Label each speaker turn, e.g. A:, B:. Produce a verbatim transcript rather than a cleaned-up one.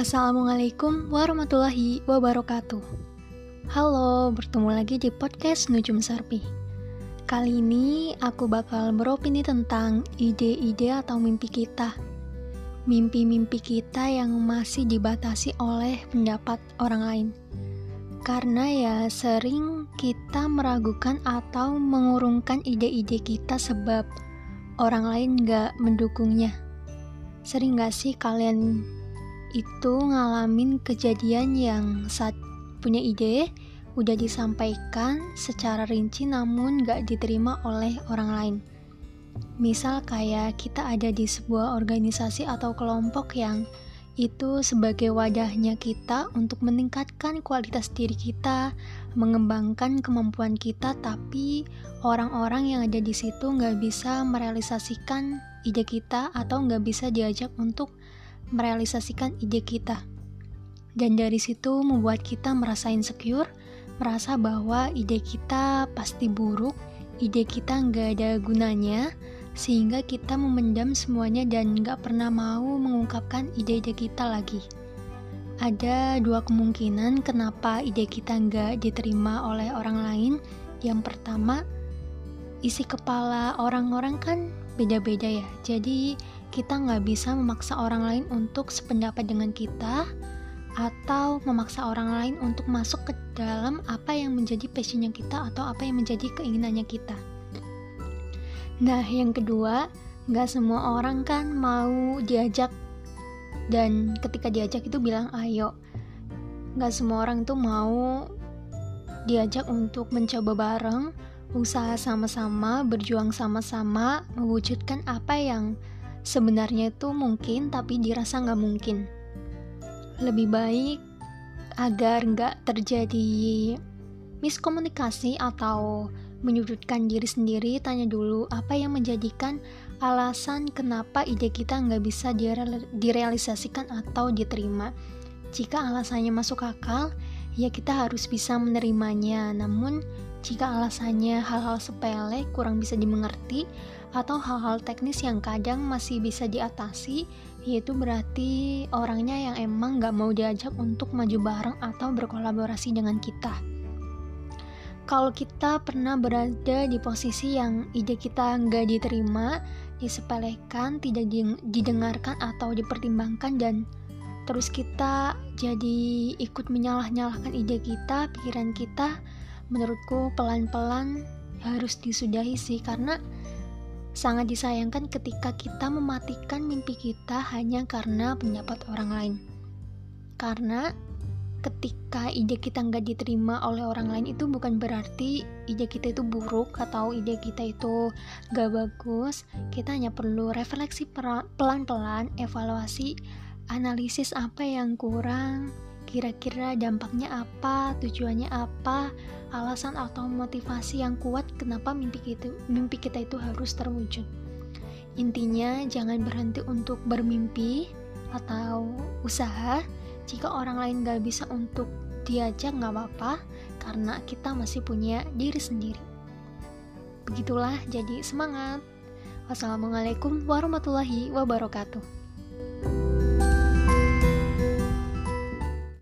A: Assalamualaikum warahmatullahi wabarakatuh. Halo, bertemu lagi di podcast Nujum Sarpi. Kali ini aku bakal beropini tentang ide-ide atau mimpi kita. Mimpi-mimpi kita yang masih dibatasi oleh pendapat orang lain. Karena ya sering kita meragukan atau mengurungkan ide-ide kita sebab orang lain gak mendukungnya. Sering gak sih kalian itu ngalamin kejadian yang saat punya ide udah disampaikan secara rinci namun gak diterima oleh orang lain. Misal kayak kita ada di sebuah organisasi atau kelompok yang itu sebagai wadahnya kita untuk meningkatkan kualitas diri kita, mengembangkan kemampuan kita, tapi orang-orang yang ada di situ gak bisa merealisasikan ide kita atau gak bisa diajak untuk merealisasikan ide kita. Dan dari situ membuat kita merasa insecure, merasa bahwa ide kita pasti buruk, ide kita nggak ada gunanya, sehingga kita memendam semuanya dan nggak pernah mau mengungkapkan ide-ide kita lagi. Ada dua kemungkinan kenapa ide kita nggak diterima oleh orang lain. Yang pertama, isi kepala orang-orang kan beda-beda ya, jadi kita nggak bisa memaksa orang lain untuk sependapat dengan kita atau memaksa orang lain untuk masuk ke dalam apa yang menjadi passionnya kita atau apa yang menjadi keinginannya kita. Nah, yang kedua, nggak semua orang kan mau diajak, dan ketika diajak itu bilang ayo. Nggak semua orang tuh mau diajak untuk mencoba bareng, usaha sama-sama, berjuang sama-sama, mewujudkan apa yang sebenarnya itu mungkin tapi dirasa nggak mungkin. Lebih baik agar nggak terjadi miskomunikasi atau menyudutkan diri sendiri, tanya dulu apa yang menjadikan alasan kenapa ide kita nggak bisa dire- direalisasikan atau diterima. Jika alasannya masuk akal, ya kita harus bisa menerimanya. Namun jika alasannya hal-hal sepele, kurang bisa dimengerti, atau hal-hal teknis yang kadang masih bisa diatasi, yaitu berarti orangnya yang emang gak mau diajak untuk maju bareng atau berkolaborasi dengan kita. Kalau kita pernah berada di posisi yang ide kita gak diterima, disepelekan, tidak didengarkan atau dipertimbangkan, dan terus kita jadi ikut menyalah-nyalahkan ide kita, pikiran kita, menurutku pelan-pelan harus disudahi sih, karena sangat disayangkan ketika kita mematikan mimpi kita hanya karena pendapat orang lain. Karena ketika ide kita nggak diterima oleh orang lain itu bukan berarti ide kita itu buruk atau ide kita itu nggak bagus. Kita hanya perlu refleksi pelan-pelan, evaluasi, analisis apa yang kurang, kira-kira dampaknya apa, tujuannya apa, alasan atau motivasi yang kuat kenapa mimpi kita, mimpi kita itu harus terwujud. Intinya jangan berhenti untuk bermimpi atau usaha. Jika orang lain gak bisa untuk diajak gak apa-apa, karena kita masih punya diri sendiri. Begitulah, jadi semangat. Wassalamualaikum warahmatullahi wabarakatuh.